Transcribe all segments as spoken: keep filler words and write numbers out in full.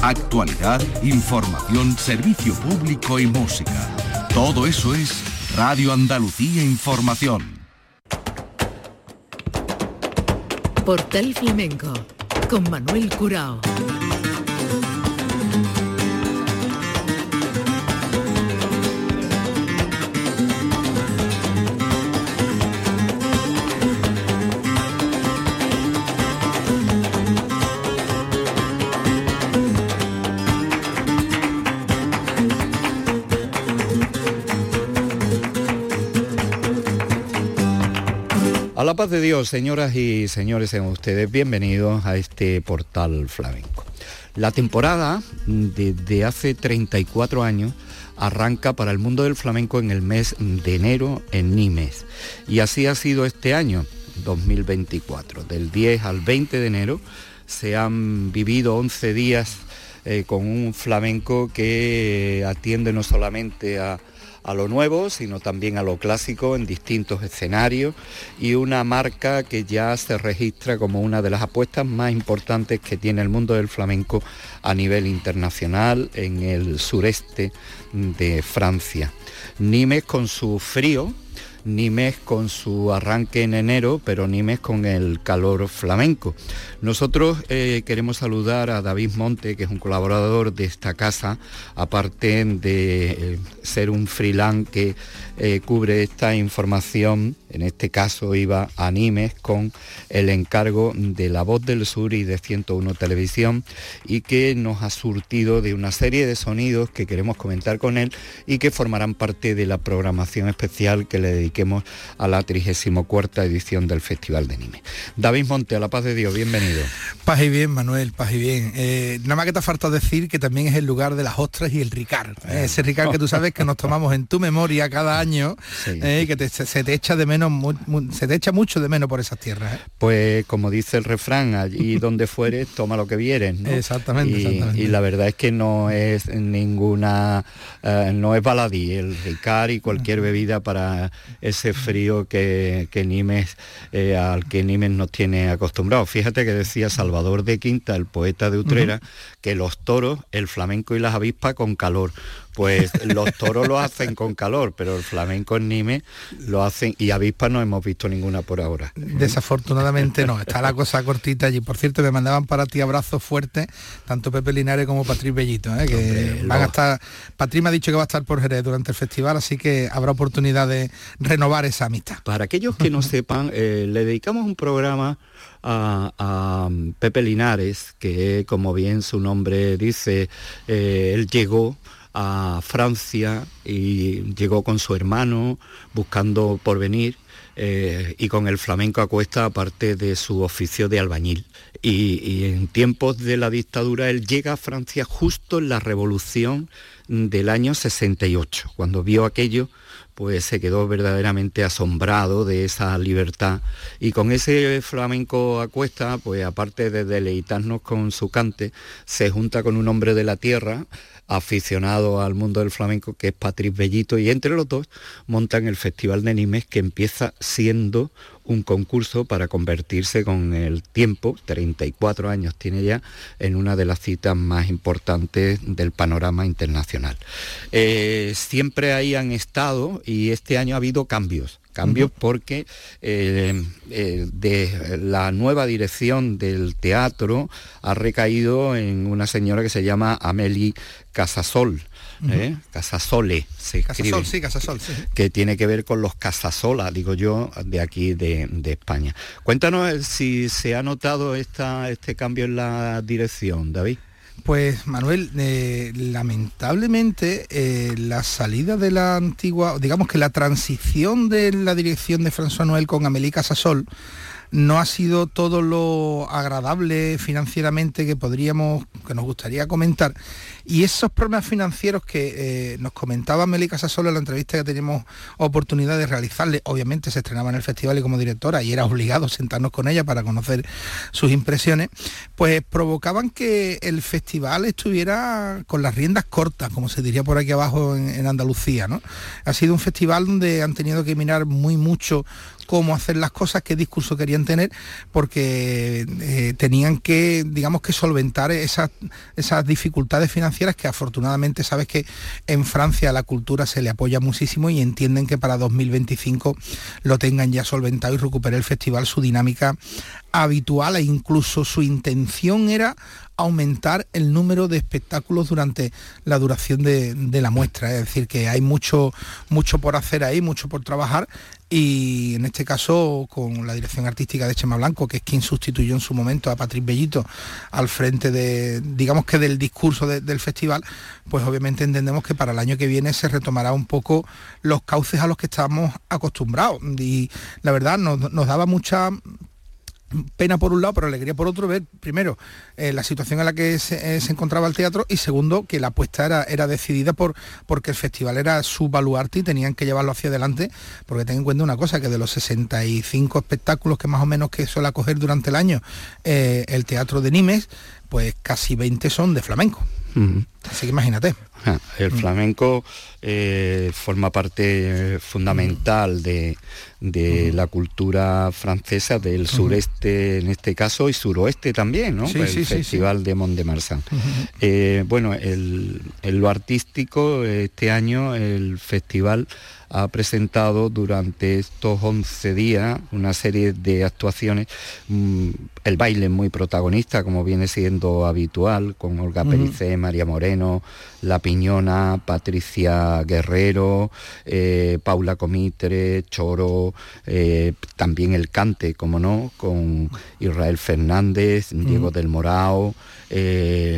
actualidad, información, servicio público y música. Todo eso es Radio Andalucía Información. Portal Flamenco con Manuel Curao. A la paz de Dios, señoras y señores, sean ustedes bienvenidos a este Portal Flamenco. La temporada desde hace treinta y cuatro años arranca para el mundo del flamenco en el mes de enero en Nimes. Y así ha sido este año, dos mil veinticuatro. Del diez al veinte de enero se han vivido once días eh, con un flamenco que atiende no solamente a a lo nuevo, sino también a lo clásico en distintos escenarios, y una marca que ya se registra como una de las apuestas más importantes que tiene el mundo del flamenco a nivel internacional en el sureste de Francia. Nimes con su frío, Nimes con su arranque en enero, pero Nimes con el calor flamenco. Nosotros eh, queremos saludar a David Monte, que es un colaborador de esta casa, aparte de eh, ser un freelance que eh, cubre esta información. En este caso iba a Nimes con el encargo de La Voz del Sur y de ciento uno Televisión, y que nos ha surtido de una serie de sonidos que queremos comentar con él y que formarán parte de la programación especial que le dediquemos a la trigésima cuarta edición del Festival de Nimes. David Monte, a la paz de Dios, bienvenido. Paz y bien, Manuel, paz y bien. Eh, nada más que te ha faltado decir que también es el lugar de las ostras y el Ricard. Eh, ese Ricard que tú sabes que nos tomamos en tu memoria cada año, sí. eh, y que te, se, se te echa de menos, muy, muy, se te echa mucho de menos por esas tierras. ¿eh? Pues como dice el refrán, allí donde fueres, toma lo que vieres, ¿no? Exactamente, y, exactamente. Y la verdad es que no es ninguna, uh, no es baladí el Ricard y cualquier bebida para ese frío que, que Nimes, eh, al que Nimes nos tiene acostumbrados. Fíjate que decía Salvador de Quinta, el poeta de Utrera, uh-huh, que los toros, el flamenco y las avispas con calor. Pues los toros lo hacen con calor, pero el flamenco en Nimes lo hacen, y avispas no hemos visto ninguna por ahora. Desafortunadamente no, está la cosa cortita allí. Por cierto, me mandaban para ti abrazos fuertes, tanto Pepe Linares como Patrick Bellito, ¿eh? que Hombre, van lo... a estar. Patrick me ha dicho que va a estar por Jerez durante el festival, así que habrá oportunidad de renovar esa amistad. Para aquellos que no sepan, eh, le dedicamos un programa A, a Pepe Linares, que como bien su nombre dice, eh, él llegó a Francia y llegó con su hermano buscando porvenir, eh, y con el flamenco a cuesta, aparte de su oficio de albañil. Y, y en tiempos de la dictadura él llega a Francia justo en la revolución del año sesenta y ocho, cuando vio aquello, pues se quedó verdaderamente asombrado de esa libertad, y con ese flamenco a cuesta, pues aparte de deleitarnos con su cante, se junta con un hombre de la tierra, aficionado al mundo del flamenco, que es Patrick Bellito, y entre los dos montan el Festival de Nimes, que empieza siendo un concurso para convertirse con el tiempo, treinta y cuatro años tiene ya, en una de las citas más importantes del panorama internacional. Eh, siempre ahí han estado, y este año ha habido cambios. Cambios porque eh, eh, de la nueva dirección del teatro ha recaído en una señora que se llama Amélie Casasol, uh-huh. ¿eh? Casasole se escribe. Casasol, sí, Casasol, sí. Que tiene que ver con los Casasola, digo yo, de aquí de, de España. Cuéntanos si se ha notado esta, este cambio en la dirección, David. Pues Manuel, eh, lamentablemente eh, la salida de la antigua, digamos que la transición de la dirección de François Noël con Amélie Casasol no ha sido todo lo agradable financieramente que podríamos, que nos gustaría comentar. Y esos problemas financieros que eh, nos comentaba Amélie Casasol en la entrevista que teníamos oportunidad de realizarle, obviamente se estrenaba en el festival y como directora, y era obligado sentarnos con ella para conocer sus impresiones, pues provocaban que el festival estuviera con las riendas cortas, como se diría por aquí abajo en, en Andalucía, ¿no? Ha sido un festival donde han tenido que mirar muy mucho cómo hacer las cosas, qué discurso querían tener, porque eh, tenían que, digamos que solventar esas esas dificultades financieras que afortunadamente sabes que en Francia la cultura se le apoya muchísimo y entienden que para dos mil veinticinco lo tengan ya solventado y recupere el festival su dinámica habitual, e incluso su intención era aumentar el número de espectáculos durante la duración de, de la muestra. Es decir, que hay mucho, mucho por hacer ahí, mucho por trabajar, y en este caso con la dirección artística de Chema Blanco, que es quien sustituyó en su momento a Patrick Bellito al frente de, digamos que del discurso de, del festival, pues obviamente entendemos que para el año que viene se retomará un poco los cauces a los que estábamos acostumbrados, y la verdad nos, nos daba mucha pena por un lado, pero alegría por otro, ver primero eh, la situación en la que se, eh, se encontraba el teatro, y segundo que la apuesta era, era decidida por porque el festival era su baluarte y tenían que llevarlo hacia adelante, porque ten en cuenta una cosa, que de los sesenta y cinco espectáculos que más o menos que suele acoger durante el año eh, el teatro de Nimes, pues casi veinte son de flamenco. Uh-huh. Así que imagínate. El flamenco eh, forma parte fundamental de, de uh-huh. la cultura francesa, del uh-huh. sureste en este caso y suroeste también, ¿no? Sí, el sí, Festival sí, sí. de Mont-de-Marsan. Uh-huh. Eh, bueno, el, en lo artístico, este año el festival ha presentado durante estos once días una serie de actuaciones, mmm, el baile muy protagonista, como viene siendo habitual, con Olga uh-huh. Pericé, María Moreno, La Piñona, Patricia Guerrero, eh, Paula Comitre, Choro, eh, también el cante, como no, con Israel Fernández, uh-huh. Diego del Morao, eh,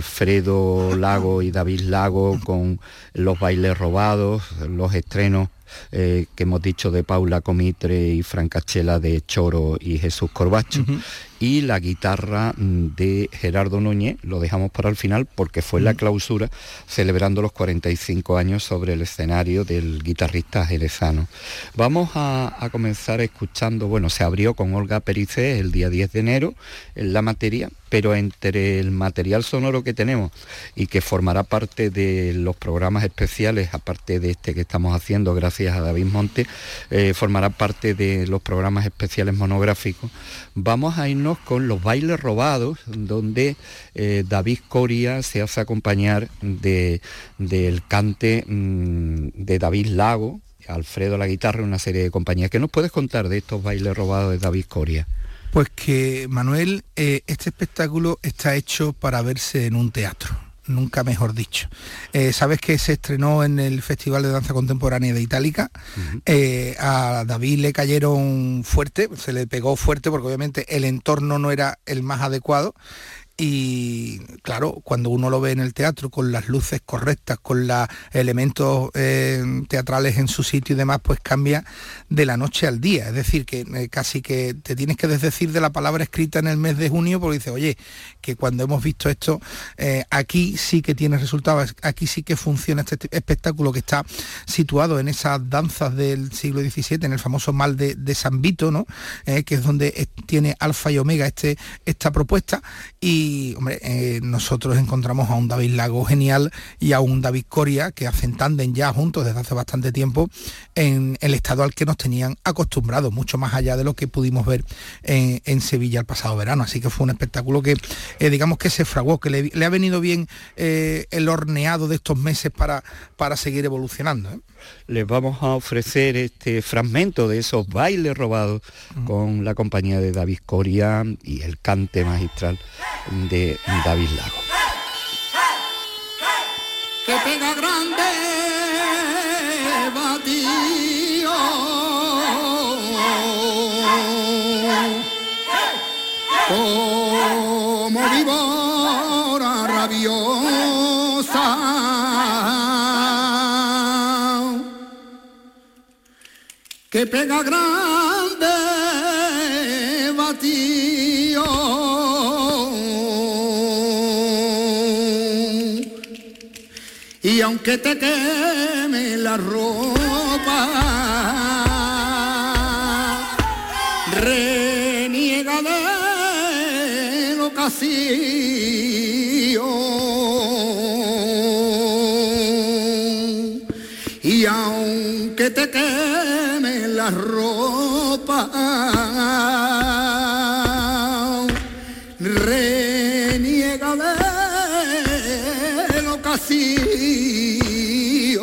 Alfredo Lago y David Lago con los bailes robados, los estrenos Eh, que hemos dicho de Paula Comitre y Francachela de Choro y Jesús Corbacho, uh-huh. y la guitarra de Gerardo Núñez, lo dejamos para el final porque fue uh-huh. la clausura, celebrando los cuarenta y cinco años sobre el escenario del guitarrista jerezano. Vamos a, a comenzar escuchando, bueno, se abrió con Olga Pericé el día diez de enero en la materia, pero entre el material sonoro que tenemos y que formará parte de los programas especiales, aparte de este que estamos haciendo gracias a David Monte, eh, formará parte de los programas especiales monográficos. Vamos a irnos con Los bailes robados, donde eh, David Coria se hace acompañar de, del cante mmm, de David Lago, Alfredo la guitarra, una serie de compañías. ¿Qué nos puedes contar de estos bailes robados de David Coria? Pues que, Manuel, eh, este espectáculo está hecho para verse en un teatro, nunca mejor dicho. Eh, Sabes que se estrenó en el Festival de Danza Contemporánea de Itálica. Uh-huh. eh, a David le cayeron fuerte, se le pegó fuerte porque obviamente el entorno no era el más adecuado. Y claro, cuando uno lo ve en el teatro con las luces correctas, con los elementos eh, teatrales en su sitio y demás, pues cambia de la noche al día. Es decir, que eh, casi que te tienes que desdecir de la palabra escrita en el mes de junio, porque dices, oye, que cuando hemos visto esto, eh, aquí sí que tiene resultados, aquí sí que funciona este espectáculo que está situado en esas danzas del siglo diecisiete, en el famoso mal de, de San Vito, ¿no? Eh, que es donde es, tiene alfa y omega este, esta propuesta. Y Y, hombre, eh, nosotros encontramos a un David Lago genial y a un David Coria que hacen tándem ya juntos desde hace bastante tiempo en el estado al que nos tenían acostumbrados, mucho más allá de lo que pudimos ver en, en Sevilla el pasado verano. Así que fue un espectáculo que, eh, digamos que se fraguó, que le, le ha venido bien eh, el horneado de estos meses para, para seguir evolucionando, ¿eh? Les vamos a ofrecer este fragmento de esos bailes robados uh-huh. con la compañía de David Coria y el cante magistral de David Lago. Que pega grande batido, como víbora rabiosa, que pega grande batido, y aunque te queme la ropa, reniega de lo casi, y aunque te queme la ropa, reniega de vacío.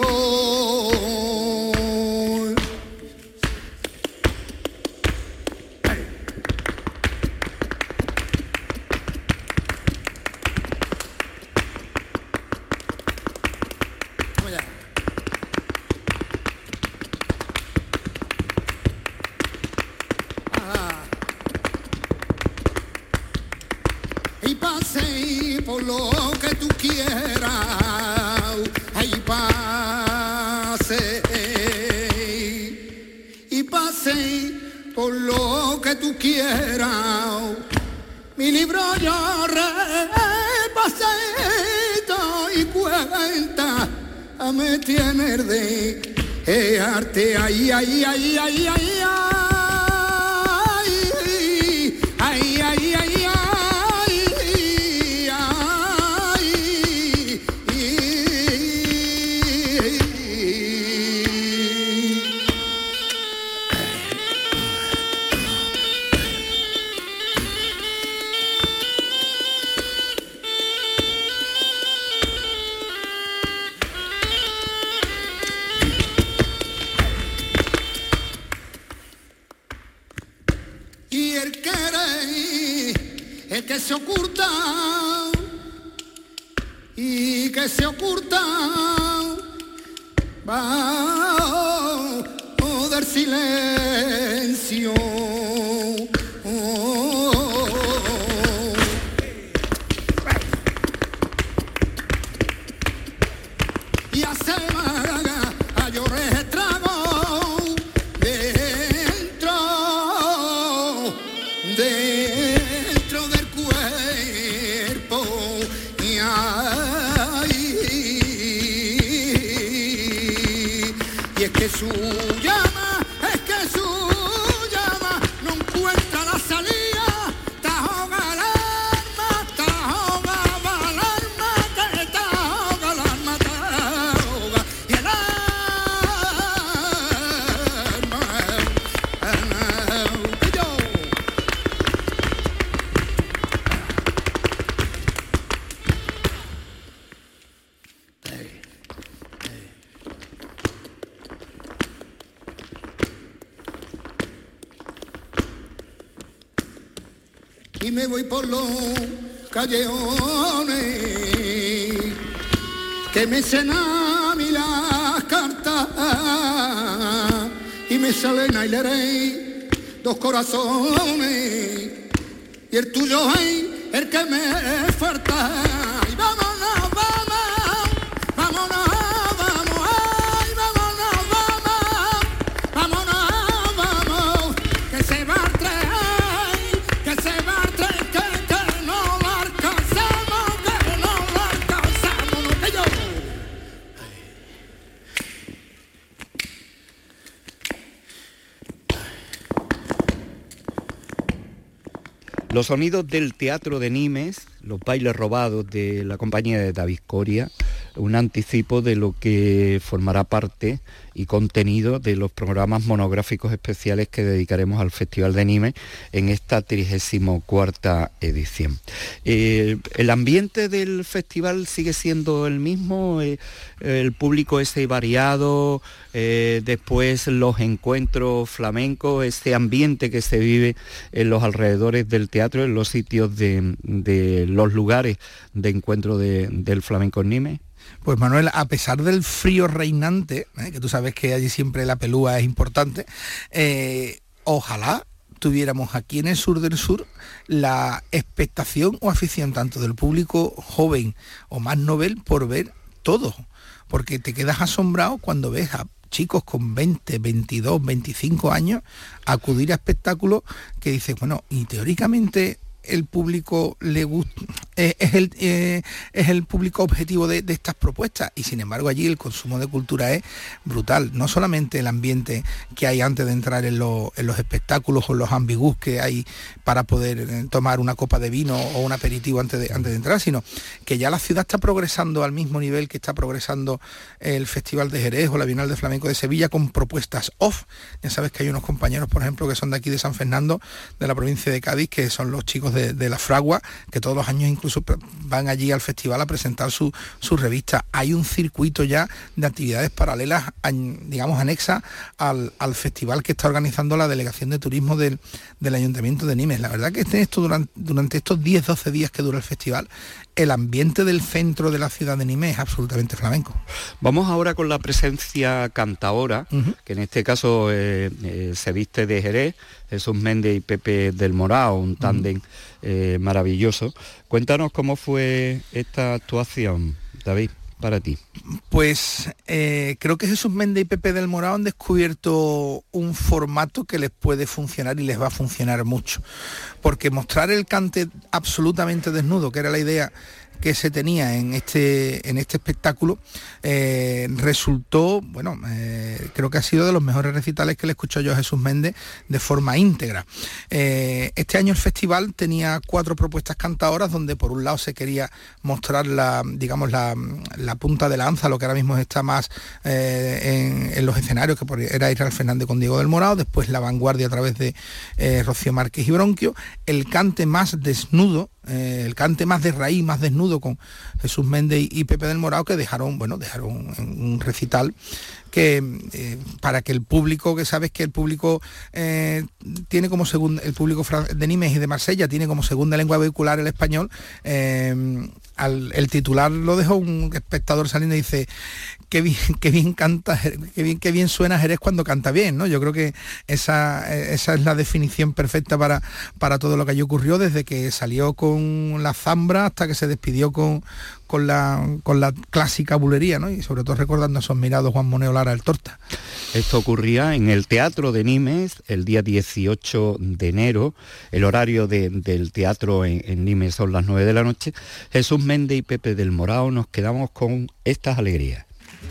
Y pase por lo que tú quieras, ay pase, y pase por lo que tú quieras, mi libro yo repasé y cuenta, me tiene de eh, arte, ay, ay, ay, ay, ay, ay, ay, ay, ay. Y el querer, el que se oculta, y que se oculta, va del silencio. Y hace maga a llorar estrago dentro, dentro del cuerpo. Y, ay, y es que su llama, es que su llama no encuentra la salida. Te ahoga el alma, te ahoga el alma, te, te ahoga el alma, te ahoga. Y el alma, el alma, yo. Y me voy por los callejones que me cenan a mí las cartas y me salen a leer dos corazones y el tuyo es el que me falta. Y vámonos, vamos, vámonos, vamos, ay, vámonos, vamos, vámonos, vamos, que se va el tren, que se va el tren, que, que no lo alcanzamos, que no lo alcanzamos, que yo. Los sonidos del Teatro de Nimes, los bailes robados de la compañía de David Coria, un anticipo de lo que formará parte y contenido de los programas monográficos especiales que dedicaremos al Festival de Nimes en esta trigésima cuarta edición. Eh, ¿El ambiente del festival sigue siendo el mismo? Eh, ¿El público ese variado? Eh, después los encuentros flamencos, ese ambiente que se vive en los alrededores del teatro, en los sitios de, de los lugares de encuentro de, del flamenco en Nimes? Pues Manuel, a pesar del frío reinante, ¿eh? que tú sabes que allí siempre la pelúa es importante, eh, ojalá tuviéramos aquí en el sur del sur la expectación o afición tanto del público joven o más novel por ver todo, porque te quedas asombrado cuando ves a chicos con veinte, veintidós, veinticinco años acudir a espectáculos que dices, bueno, y teóricamente el público le gusta, eh, es, el, eh, es el público objetivo de, de estas propuestas, y sin embargo allí el consumo de cultura es brutal, no solamente el ambiente que hay antes de entrar en, lo, en los espectáculos o los ambigus que hay para poder eh, tomar una copa de vino o un aperitivo antes de, antes de entrar, sino que ya la ciudad está progresando al mismo nivel que está progresando el Festival de Jerez o la Bienal de Flamenco de Sevilla, con propuestas off. Ya sabes que hay unos compañeros, por ejemplo, que son de aquí de San Fernando, de la provincia de Cádiz, que son los chicos de de, de La Fragua, que todos los años incluso van allí al festival a presentar su, su revista. Hay un circuito ya de actividades paralelas, digamos, anexas al, al festival que está organizando la Delegación de Turismo del, del Ayuntamiento de Nimes. La verdad que este, esto durante, durante estos diez doce días que dura el festival, el ambiente del centro de la ciudad de Nimes es absolutamente flamenco. Vamos ahora con la presencia cantaora, uh-huh. que en este caso eh, eh, se viste de Jerez, Jesús Méndez y Pepe del Morao, un tándem uh-huh. eh, maravilloso. Cuéntanos cómo fue esta actuación, David, para ti. Pues eh, creo que Jesús Méndez y Pepe del Morao han descubierto un formato que les puede funcionar y les va a funcionar mucho, porque mostrar el cante absolutamente desnudo, que era la idea que se tenía en este, en este espectáculo, eh, resultó, bueno, eh, creo que ha sido de los mejores recitales que le escucho yo a Jesús Méndez de forma íntegra. Eh, este año el festival tenía cuatro propuestas cantadoras, donde por un lado se quería mostrar la, digamos, la, la punta de lanza, lo que ahora mismo está más eh, en, en los escenarios, que era Israel Fernández con Diego del Morao, después la vanguardia a través de eh, Rocío Márquez y Bronquio, el cante más desnudo, eh, el cante más de raíz, más desnudo, con Jesús Méndez y Pepe del Morao, que dejaron, bueno, dejaron un recital que eh, para que el público, que sabes que el público eh, tiene como segunda, el público de Nimes y de Marsella tiene como segunda lengua vehicular el español, eh, al, el titular lo dejó un espectador saliendo y dice: qué bien, qué bien canta, qué bien, qué bien suena Jerez cuando canta bien, ¿no? Yo creo que esa, esa es la definición perfecta para, para todo lo que allí ocurrió, desde que salió con la zambra hasta que se despidió con, con, la, con la clásica bulería, ¿no? Y sobre todo recordando a esos mirados Juan Moneo Lara el Torta. Esto ocurría en el Teatro de Nimes el día dieciocho de enero. El horario de, del teatro en, en Nimes son las nueve de la noche. Jesús Méndez y Pepe del Morao, nos quedamos con estas alegrías.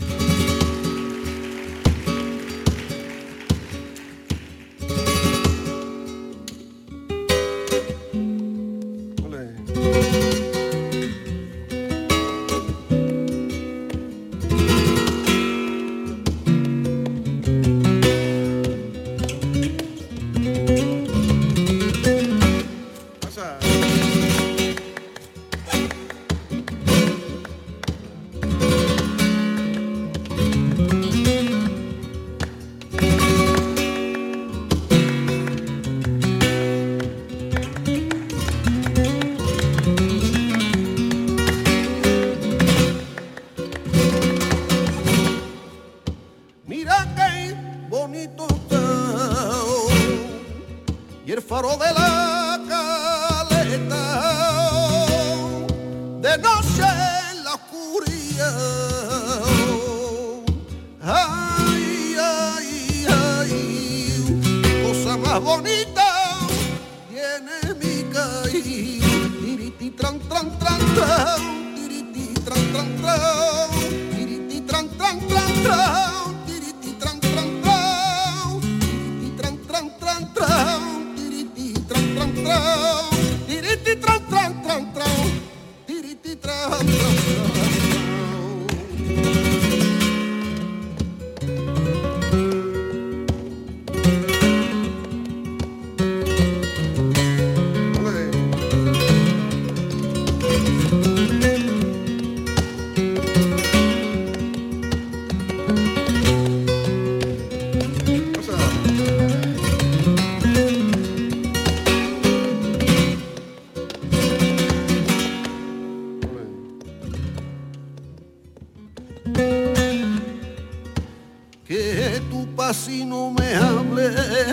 Que tu pasi no me hable,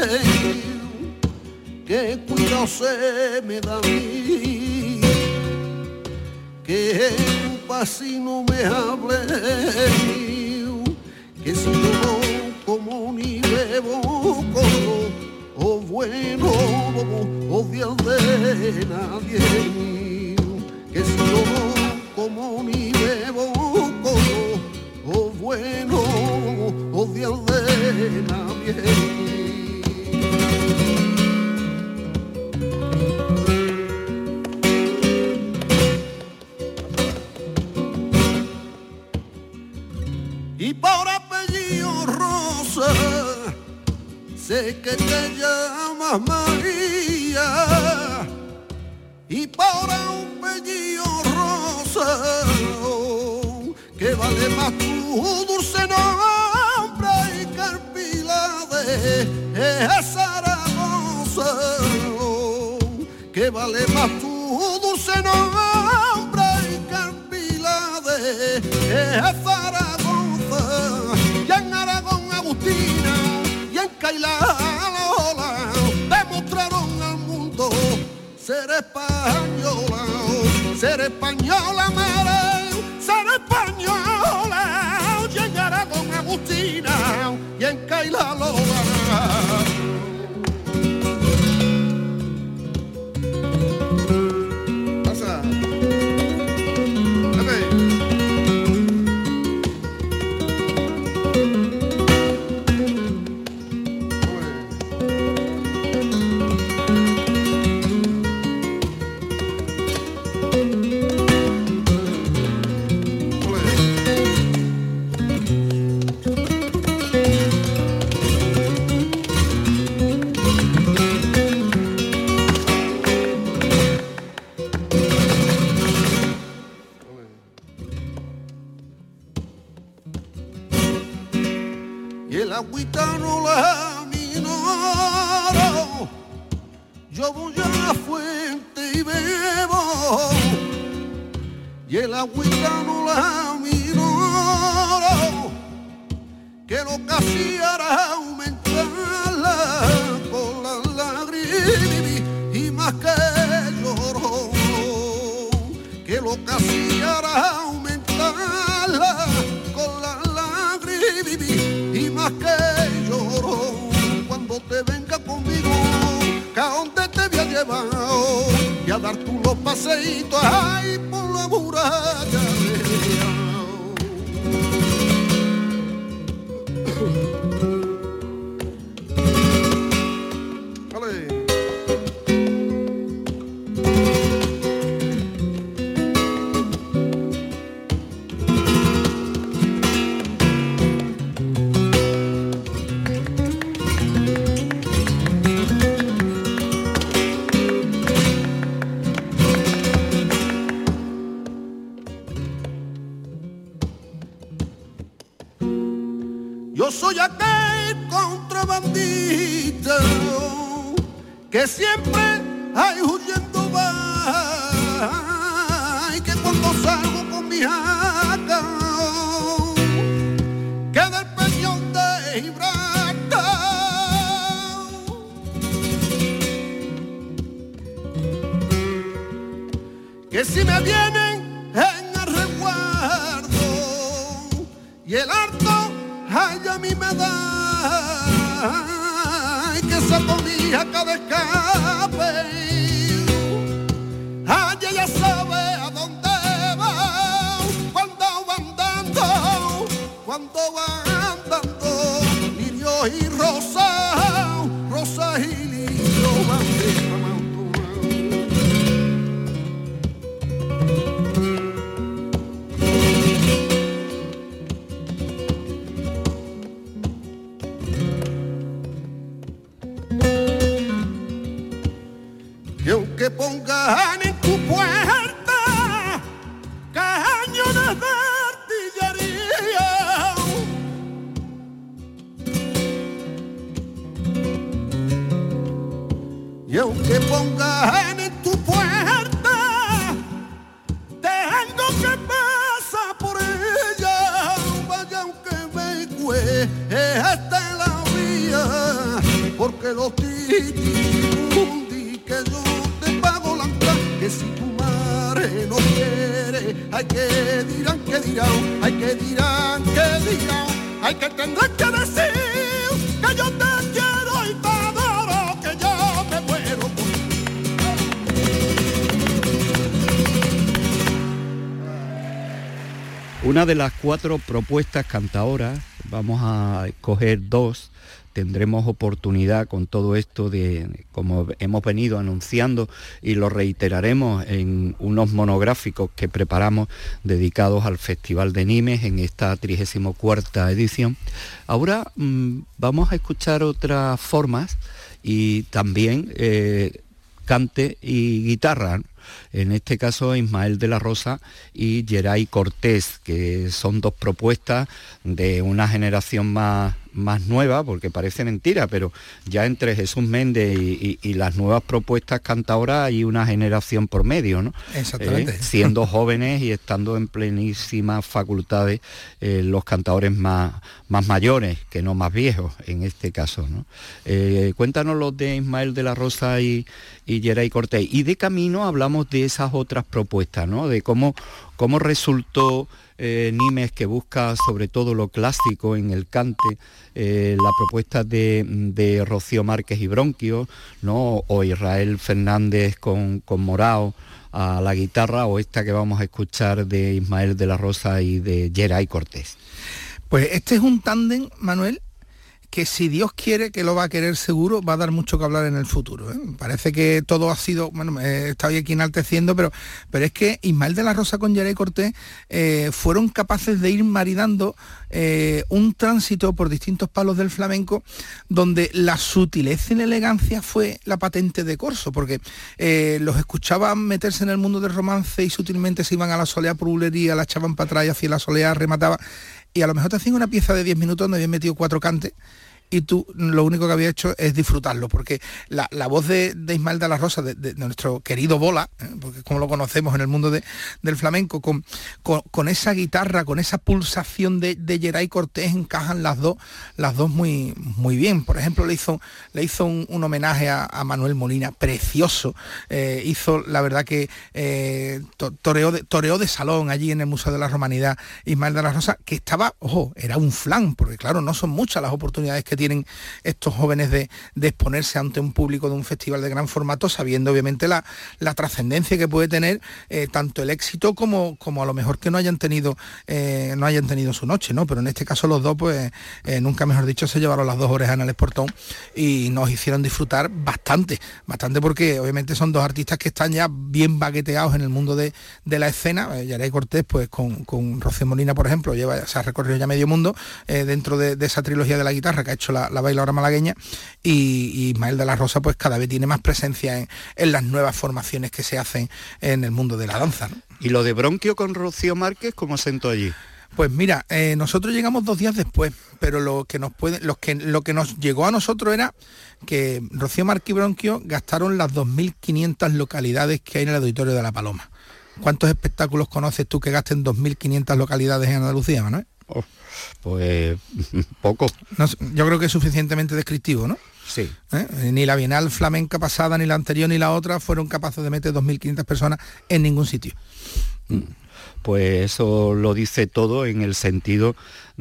que cuidado se me da a mí, que tu pasi no me hable, que si yo no como ni bebo como, o bueno, o odiar de nadie, que si yo no como ni bebo como, o bueno, odiar de nadie. Y por apellido Rosa, sé que te llamas María, y para un bello rosado que vale más tu dulce nombre y que el pilar de Zaragoza, que vale más tu dulce nombre y que el pilar de Zaragoza, y en Aragón Agustina y en Cailá Lola demostraron al mundo ser española, ser española, madre, ser española, y en Aragón Agustina y en Cailá Lola. Pasa. Okay. Y el agüita no la minoro, yo voy a la fuente y bebo, y el agüita no la minoro, que lo que hacía era aumentarla con las lágrimas y más que lloró, que lo que hacía era aumentarla con las lágrimas y más que lloro. Cuando te venga conmigo, que a donde te voy a llevar y a dar tú los paseitos ahí por la muralla real. Vale. Yo soy aquel contrabandista que siempre hay huyendo va, y que cuando salgo con mi jaca queda el peñón de Gibraltar, que si me vienen en el resguardo y el harto ay, a mí me da, ay, que saco mi jaca de escape, ay, ella sabe a dónde va, cuando va andando, cuando va andando, lirio y rosa, rosa y lirio van de mamá. Y aunque pongan en tu puerta cañones de artillería, y aunque pongan en tu puerta, tengo que pasar por ella, vaya aunque me cueste la vía, porque los titimundi que yo que si tu madre no quiere, hay que dirán, que dirán, hay que dirán, que dirán, hay que tendrán que decir que yo te quiero y te adoro, que yo me muero por ti. Una de las cuatro propuestas cantaoras, vamos a escoger dos. Tendremos oportunidad con todo esto de, como hemos venido anunciando, y lo reiteraremos en unos monográficos que preparamos dedicados al Festival de Nimes en esta trigésima cuarta edición. Ahora mmm, vamos a escuchar otras formas y también eh, cante y guitarra. En este caso Ismael de la Rosa y Geray Cortés, que son dos propuestas de una generación más, más nueva, porque parece mentira, pero ya entre Jesús Méndez y, y, y las nuevas propuestas cantadoras hay una generación por medio, ¿no? Exactamente. Eh, siendo jóvenes y estando en plenísimas facultades eh, los cantadores más, más mayores, que no más viejos en este caso, ¿no? Eh, cuéntanos los de Ismael de la Rosa y, y Geray Cortés. Y de camino hablamos de esas otras propuestas, ¿no? De cómo, cómo resultó eh, Nimes, que busca sobre todo lo clásico en el cante, eh, la propuesta de, de Rocío Márquez y Bronquio, ¿no? O Israel Fernández con, con Morao a la guitarra, o esta que vamos a escuchar de Ismael de la Rosa y de Geray Cortés. Pues este es un tándem, Manuel, que si Dios quiere, que lo va a querer seguro, va a dar mucho que hablar en el futuro, ¿eh? Parece que todo ha sido, bueno, he estado aquí enalteciendo, pero, pero es que Ismael de la Rosa con Geray Cortés eh, fueron capaces de ir maridando eh, un tránsito por distintos palos del flamenco, donde la sutileza y la elegancia fue la patente de corso, porque eh, los escuchaban meterse en el mundo del romance y sutilmente se iban a la soleá por bulería, la echaban para atrás y hacia la soleá remataba, y a lo mejor te hacían una pieza de diez minutos donde habían metido cuatro cantes, y tú lo único que había hecho es disfrutarlo, porque la, la voz de, de Ismael de la Rosa, de, de, de nuestro querido Bola, ¿eh? Porque como lo conocemos en el mundo de, del flamenco, con, con, con esa guitarra, con esa pulsación de, de Geray Cortés, encajan las dos, las dos muy, muy bien. Por ejemplo, le hizo, le hizo un, un homenaje a, a Manuel Molina, precioso. Eh, hizo, la verdad que eh, to, toreó, de, toreó de salón allí en el Museo de la Romanidad Ismael de la Rosa, que estaba, ojo, era un flan, porque claro, no son muchas las oportunidades que tienen estos jóvenes de, de exponerse ante un público de un festival de gran formato, sabiendo obviamente la, la trascendencia que puede tener eh, tanto el éxito como, como a lo mejor que no hayan tenido eh, no hayan tenido su noche, ¿no? Pero en este caso los dos, pues eh, nunca mejor dicho, se llevaron las dos orejas en el Esportón y nos hicieron disfrutar bastante, bastante porque obviamente son dos artistas que están ya bien bagueteados en el mundo de, de la escena. eh, Geray Cortés, pues con, con Rocío Molina, por ejemplo, lleva, se ha recorrido ya medio mundo eh, dentro de, de esa trilogía de la guitarra que ha hecho la, la bailadora malagueña, y, y Ismael de la Rosa pues cada vez tiene más presencia en, en las nuevas formaciones que se hacen en el mundo de la danza, ¿no? ¿Y lo de Bronquio con Rocío Márquez cómo sentó allí? Pues mira, eh, nosotros llegamos dos días después, pero lo que nos puede, los que, lo que nos llegó a nosotros era que Rocío Márquez y Bronquio gastaron las dos mil quinientas localidades que hay en el Auditorio de La Paloma. ¿Cuántos espectáculos conoces tú que gasten dos mil quinientas localidades en Andalucía, Manuel? Oh, pues poco. No, yo creo que es suficientemente descriptivo, ¿no? Sí. ¿Eh? Ni la Bienal Flamenca pasada, ni la anterior, ni la otra fueron capaces de meter dos mil quinientas personas en ningún sitio. Mm. Pues eso lo dice todo en el sentido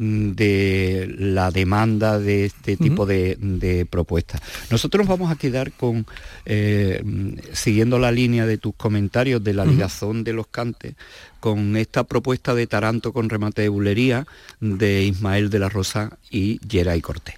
de la demanda de este tipo uh-huh. de, de propuestas. Nosotros vamos a quedar con, eh, siguiendo la línea de tus comentarios de la ligazón uh-huh. de los cantes, con esta propuesta de taranto con remate de bulería de Ismael de la Rosa y Geray Cortés.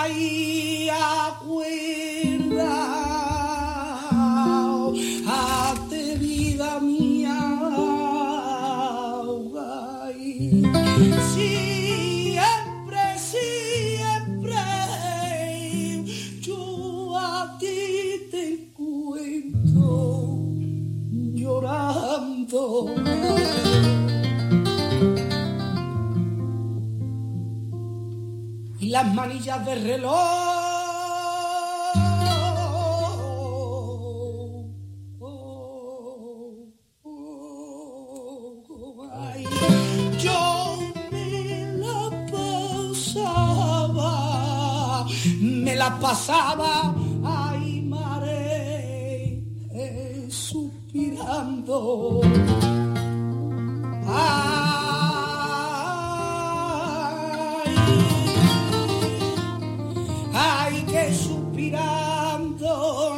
Ay, acuerda, hazte vida mía, ay, siempre, siempre, yo a ti te encuentro llorando. Y las manillas de reloj, oh, oh, oh, ay, yo me la pasaba, me la pasaba, ay, mare, eh, suspirando. Ay, ay, que suspirando,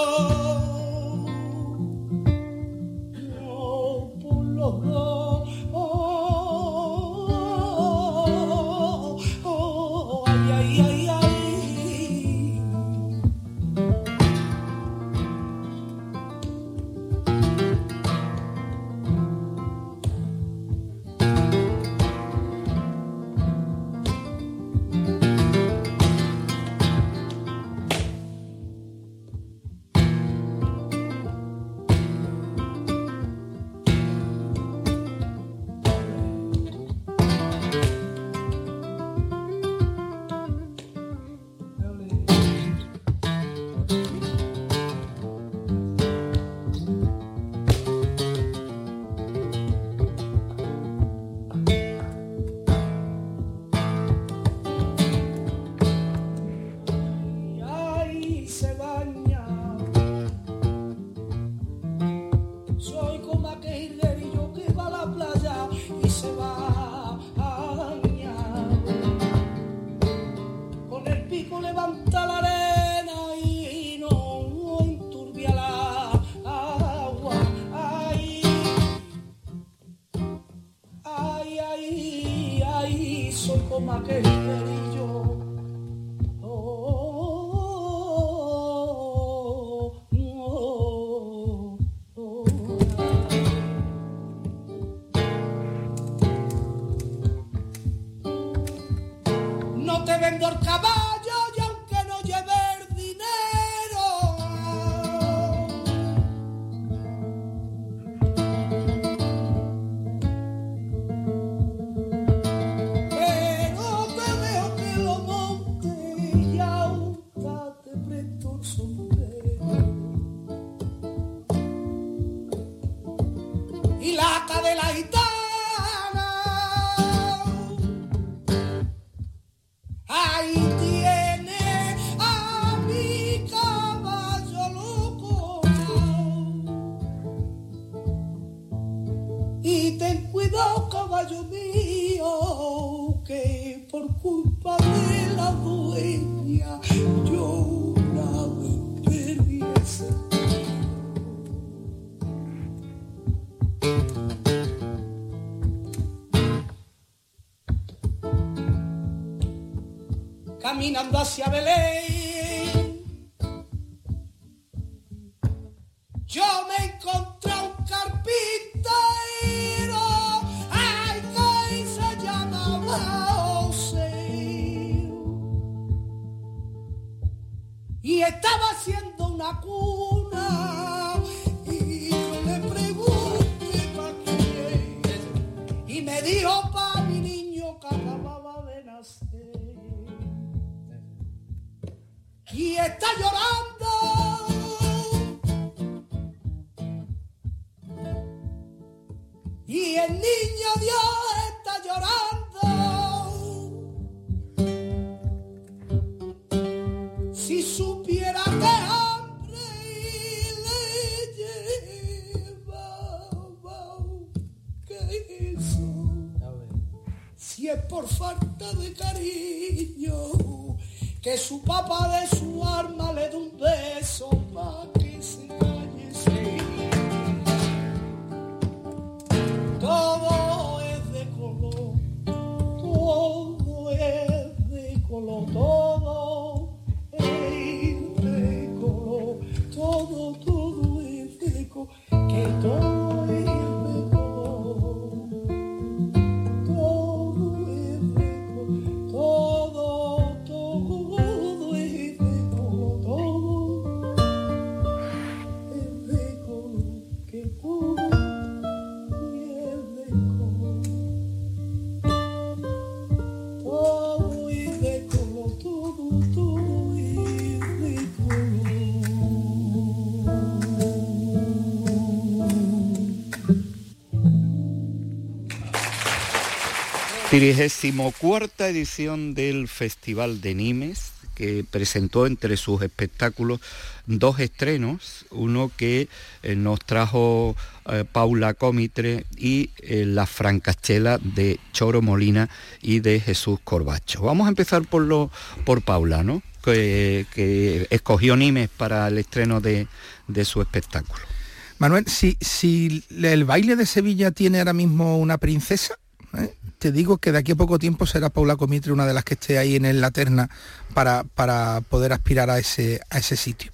no, por los dos, oh, oh, oh, ay, ay, ay, ay. Caminando hacia Belén, yo me encontré un carpintero, ay, que se llamaba Oseo, y estaba haciendo una cuna, y yo le pregunté pa' qué, y me dijo pa' mi niño que acababa de nacer. Y está llorando, y el niño Dios está llorando. Si supiera que hambre le lleva, ¿qué hizo? Si es por falta de cariño, que su papá de su arma le dé un beso pa' que se calle, sí. Todo es de color, todo es de color, todo trigésimo cuarta edición del Festival de Nimes, que presentó entre sus espectáculos dos estrenos, uno que eh, nos trajo eh, Paula Comitre y eh, La Francachela de Choro Molina y de Jesús Corbacho. Vamos a empezar por, lo, por Paula, ¿no? Que, que escogió Nimes para el estreno de, de su espectáculo. Manuel, si, si el baile de Sevilla tiene ahora mismo una princesa, ¿eh? Te digo que de aquí a poco tiempo será Paula Comitre una de las que esté ahí en la terna para, para poder aspirar a ese, a ese sitio.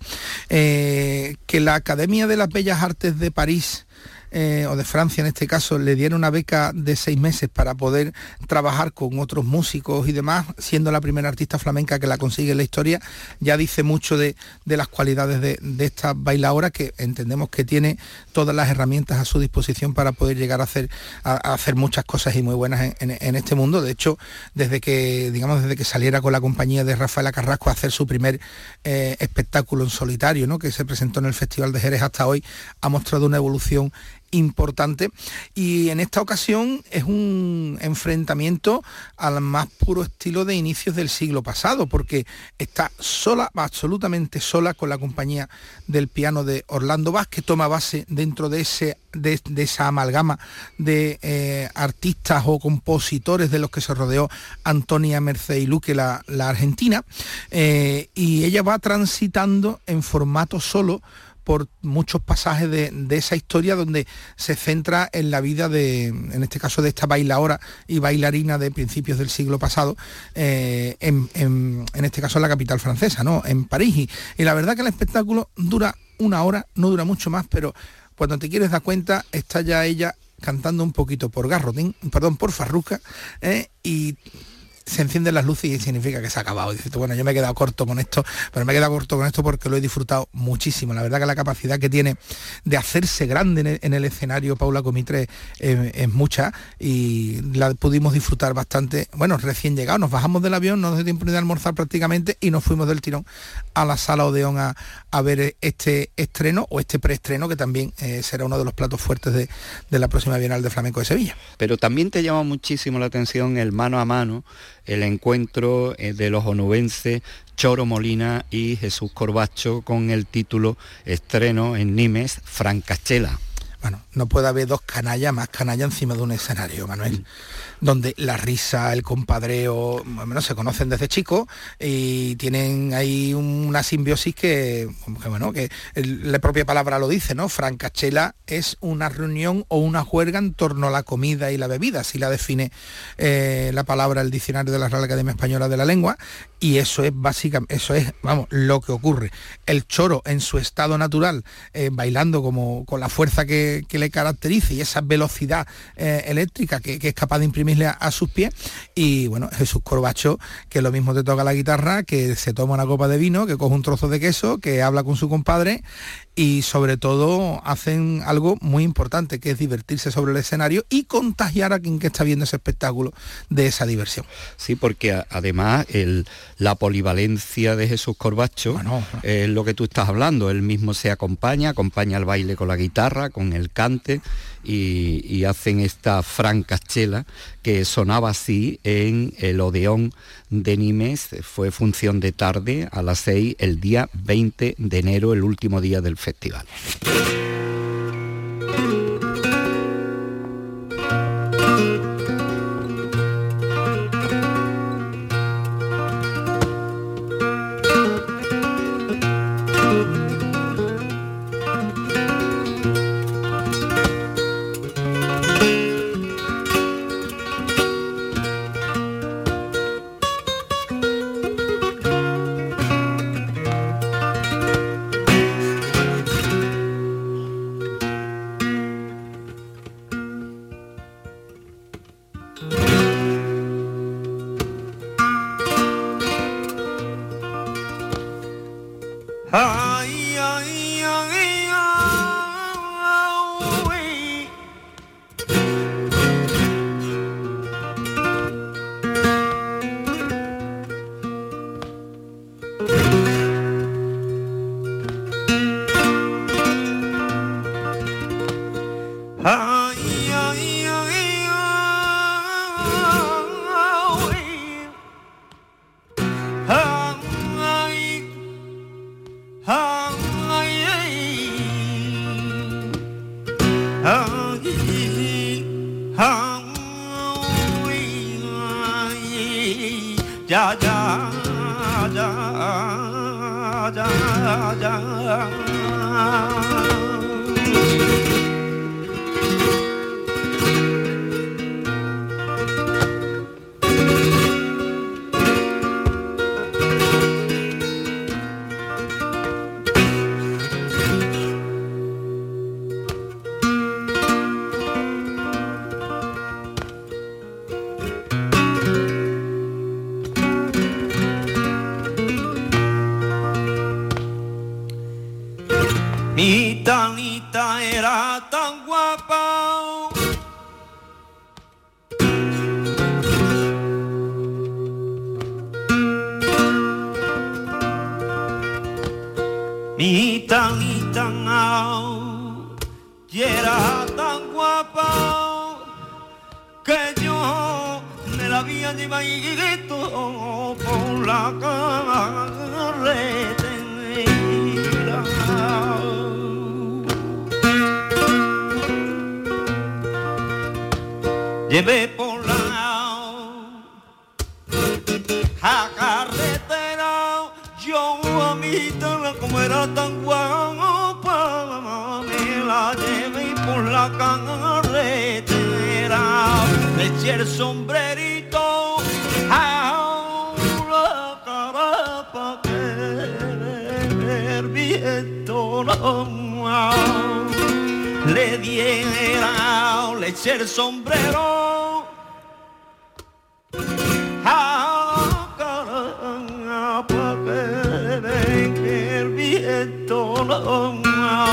Eh, que la Academia de las Bellas Artes de París, Eh, o de Francia en este caso, le dieron una beca de seis meses para poder trabajar con otros músicos y demás, siendo la primera artista flamenca que la consigue en la historia, ya dice mucho de, de las cualidades de, de esta bailaora, que entendemos que tiene todas las herramientas a su disposición para poder llegar a hacer, a, a hacer muchas cosas y muy buenas en, en, en este mundo. De hecho, desde que, digamos, desde que saliera con la compañía de Rafaela Carrasco a hacer su primer eh, espectáculo en solitario, ¿no?, que se presentó en el Festival de Jerez, hasta hoy ha mostrado una evolución importante, y en esta ocasión es un enfrentamiento al más puro estilo de inicios del siglo pasado, porque está sola, absolutamente sola, con la compañía del piano de Orlando Vaz, que toma base dentro de ese de, de esa amalgama de eh, artistas o compositores de los que se rodeó Antonia Mercedes Luque, la, la argentina, eh, y ella va transitando en formato solo por muchos pasajes de, de esa historia, donde se centra en la vida de, en este caso, de esta bailaora y bailarina de principios del siglo pasado, eh, en, en, en este caso en la capital francesa, ¿no?, en París. Y, y la verdad que el espectáculo dura una hora, no dura mucho más, pero cuando te quieres dar cuenta está ya ella cantando un poquito por Garrotín, perdón, por Farruca, eh, y se encienden las luces y significa que se ha acabado. Dices tú, bueno, yo me he quedado corto con esto, pero me he quedado corto con esto porque lo he disfrutado muchísimo. La verdad que la capacidad que tiene de hacerse grande en el, en el escenario Paula Comitre eh, es mucha, y la pudimos disfrutar bastante. Bueno, recién llegados, nos bajamos del avión, no nos dio tiempo ni de almorzar prácticamente, y nos fuimos del tirón a la Sala Odeón a, a ver este estreno, o este preestreno, que también eh, será uno de los platos fuertes de, de la próxima Bienal de Flamenco de Sevilla. Pero también te llama muchísimo la atención el mano a mano, el encuentro de los onubenses Choro Molina y Jesús Corbacho, con el título estreno en Nimes, Francachela. Bueno, no puede haber dos canallas más canallas encima de un escenario, Manuel, donde la risa, el compadreo, bueno, se conocen desde chicos y tienen ahí una simbiosis que, que bueno, que el, la propia palabra lo dice, ¿no? Francachela es una reunión o una juerga en torno a la comida y la bebida, así la define eh, la palabra el diccionario de la Real Academia Española de la Lengua, y eso es básicamente, eso es, vamos, lo que ocurre. El choro en su estado natural, eh, bailando como con la fuerza que que le caracteriza y esa velocidad eh, eléctrica que, que es capaz de imprimirle a, a sus pies, y bueno, Jesús Corbacho, que lo mismo te toca la guitarra, que se toma una copa de vino, que coge un trozo de queso, que habla con su compadre, y sobre todo hacen algo muy importante, que es divertirse sobre el escenario y contagiar a quien que está viendo ese espectáculo de esa diversión. Sí, porque a, además el, la polivalencia de Jesús Corbacho, bueno, no. es lo que tú estás hablando. Él mismo se acompaña, acompaña al baile con la guitarra, con el cante, y, y hacen esta francachela que sonaba así en el Odeón de Nimes. Fue función de tarde a las seis el día veinte de enero, el último día del festival. Ay, ay, ay, ay, ya, ya. Mi Tanita era tan guapa, mi Tanita y era tan guapa que yo me la había llevado por la carretera. Llevé por la carretera, yo a mi tana como era tan guapa, me la llevé por la carretera, le eché el sombrerito a la cara pa' que el viento no le diera, le eché el sombrero a la cara pa' que el viento no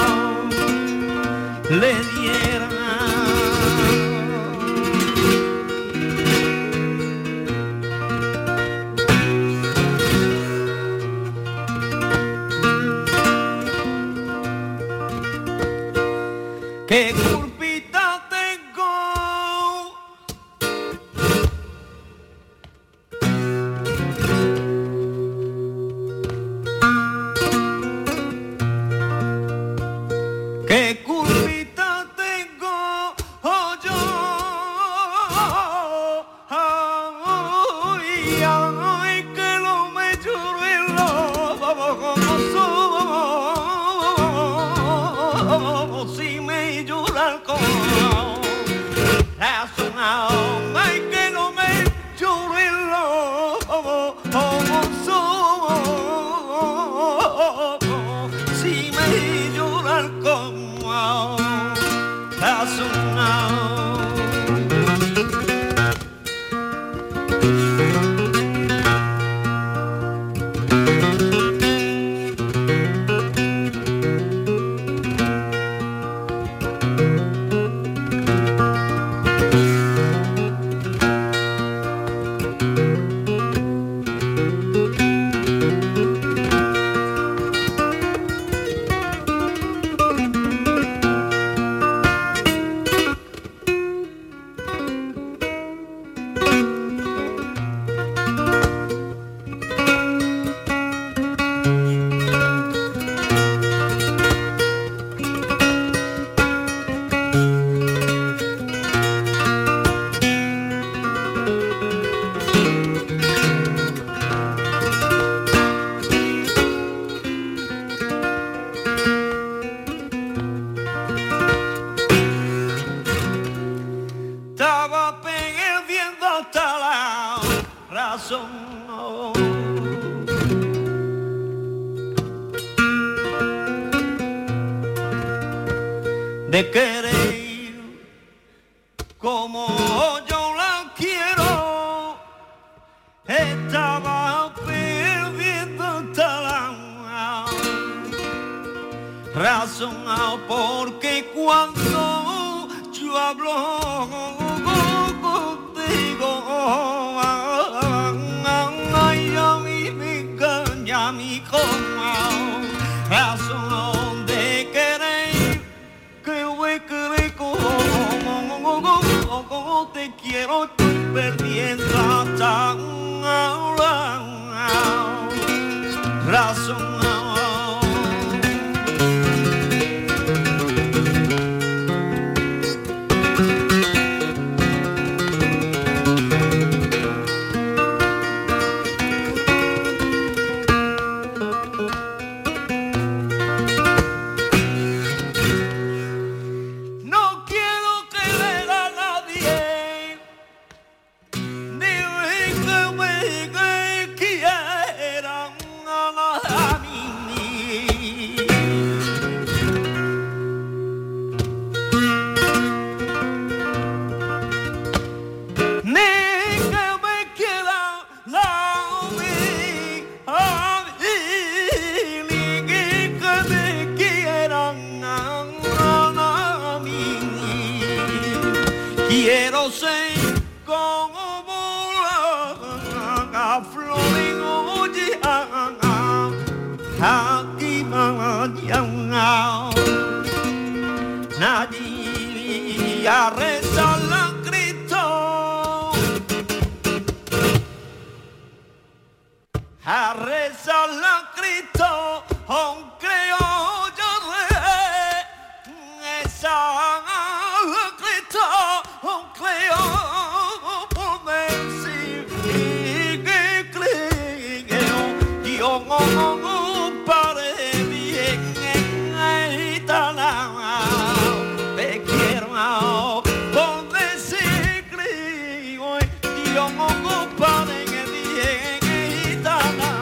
le diera. ¿Qué culpita tengo? ¿Qué culpita tengo? Oh, yo, ay, ay, que no me lloro en los vamos como somos, si me llora el corazón, ay, que no me lloro en los vamos somos, si me llora el corazón, estaba perdiendo hasta la razón. De querer como yo la quiero, estaba perdiendo hasta la razón, porque cuando yo hablo contigo, ay, a mí me engaña mi corazón, razón de querer, que voy a querer como te quiero, estoy perdiendo hasta razón. yo sé cómo volar a Florigo ya aquí mañana nadie a rezar la Cristo a rezar la Cristo aunque yo re esa Cristo aunque yo me sigue que creo Dios no pare bien en esta te quiero por decir creo Dios no pare bien en esta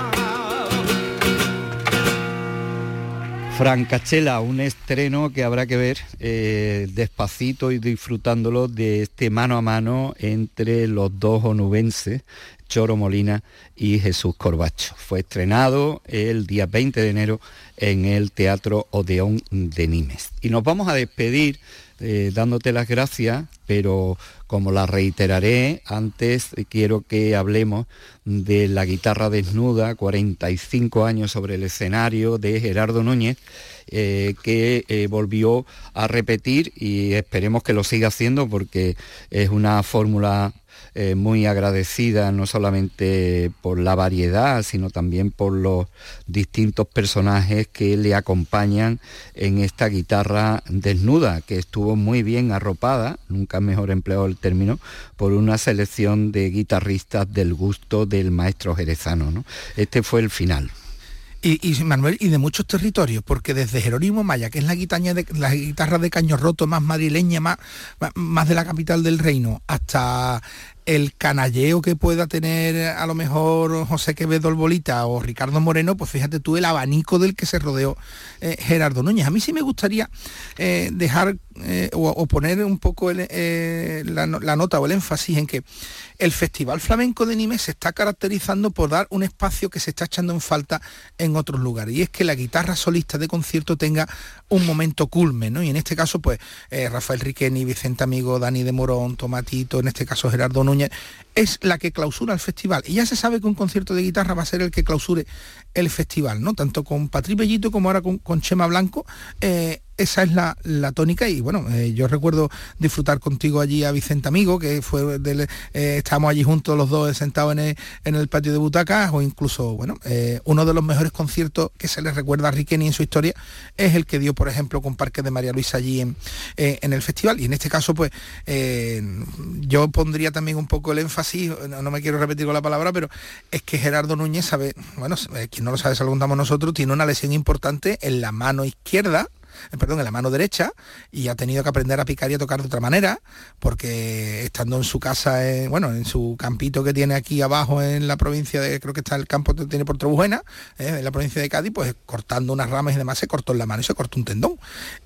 Francachela, un estreno que habrá que ver eh, despacito y disfrutándolo de este mano a mano entre los dos onubenses, Choro Molina y Jesús Corbacho. Fue estrenado el día veinte de enero en el Teatro Odeón de Nimes. Y nos vamos a despedir eh, dándote las gracias, pero como la reiteraré, antes quiero que hablemos de la guitarra desnuda, cuarenta y cinco años sobre el escenario, de Gerardo Núñez, eh, que eh, volvió a repetir y esperemos que lo siga haciendo porque es una fórmula Eh, muy agradecida no solamente por la variedad, sino también por los distintos personajes que le acompañan en esta guitarra desnuda, que estuvo muy bien arropada, nunca mejor empleado el término, por una selección de guitarristas del gusto del maestro jerezano, ¿no? Este fue el final. Y, y Manuel, y de muchos territorios, porque desde Jerónimo Maya, que es la guitarra de, la guitarra de caño roto más madrileña, más, más de la capital del reino, hasta el canalleo que pueda tener a lo mejor José Quevedo el Bolita o Ricardo Moreno, pues fíjate tú el abanico del que se rodeó eh, Gerardo Núñez. A mí sí me gustaría eh, dejar eh, o, o poner un poco el, eh, la, la nota o el énfasis en que el Festival Flamenco de Nimes se está caracterizando por dar un espacio que se está echando en falta en otros lugares, y es que la guitarra solista de concierto tenga un momento culmen, ¿no? Y en este caso, pues, eh, Rafael Riqueni, Vicente Amigo, Dani de Morón, Tomatito, en este caso Gerardo Núñez, es la que clausura el festival. Y ya se sabe que un concierto de guitarra va a ser el que clausure el festival, ¿no? Tanto con Patri Bellito como ahora con, con Chema Blanco, eh, esa es la, la tónica. Y bueno, eh, yo recuerdo disfrutar contigo allí a Vicente Amigo, que fue del, eh, estábamos allí juntos los dos sentados en el, en el patio de butacas, o incluso, bueno, eh, uno de los mejores conciertos que se le recuerda a Riqueni en su historia es el que dio, por ejemplo, con Parque de María Luisa allí en, eh, en el festival. Y en este caso, pues, eh, yo pondría también un poco el énfasis, no, no me quiero repetir con la palabra, pero es que Gerardo Núñez sabe, bueno, quien no lo sabe se lo contamos nosotros, tiene una lesión importante en la mano izquierda, perdón, en la mano derecha, y ha tenido que aprender a picar y a tocar de otra manera, porque estando en su casa, eh, bueno, en su campito que tiene aquí abajo en la provincia de, creo que está el campo que tiene por Trebujena, eh, en la provincia de Cádiz, pues cortando unas ramas y demás, se cortó en la mano y se cortó un tendón.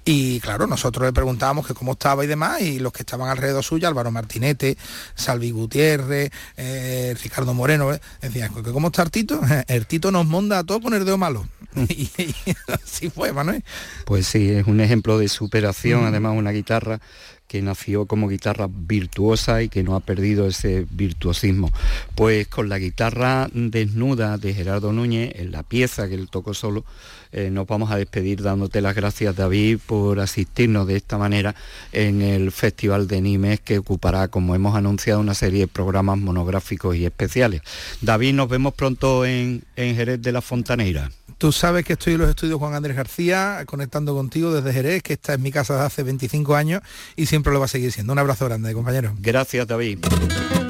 Y claro, nosotros le preguntábamos que cómo estaba y demás, y los que estaban alrededor suyo, Álvaro Martinete, Salvi Gutiérrez, eh, Ricardo Moreno, eh, decían, ¿cómo está el Tito? El Tito nos monda a todos con el dedo malo. y, y así fue, Manuel. Pues sí, es un ejemplo de superación, mm. además una guitarra que nació como guitarra virtuosa y que no ha perdido ese virtuosismo. Pues con la guitarra desnuda de Gerardo Núñez, en la pieza que él tocó solo, eh, nos vamos a despedir dándote las gracias, David, por asistirnos de esta manera en el Festival de Nimes, que ocupará, como hemos anunciado, una serie de programas monográficos y especiales. David, nos vemos pronto en, en Jerez de la Fontaneira. Tú sabes que estoy en los estudios Juan Andrés García, conectando contigo desde Jerez, que esta es mi casa de hace veinticinco años y siempre lo va a seguir siendo. Un abrazo grande, compañero. Gracias, David.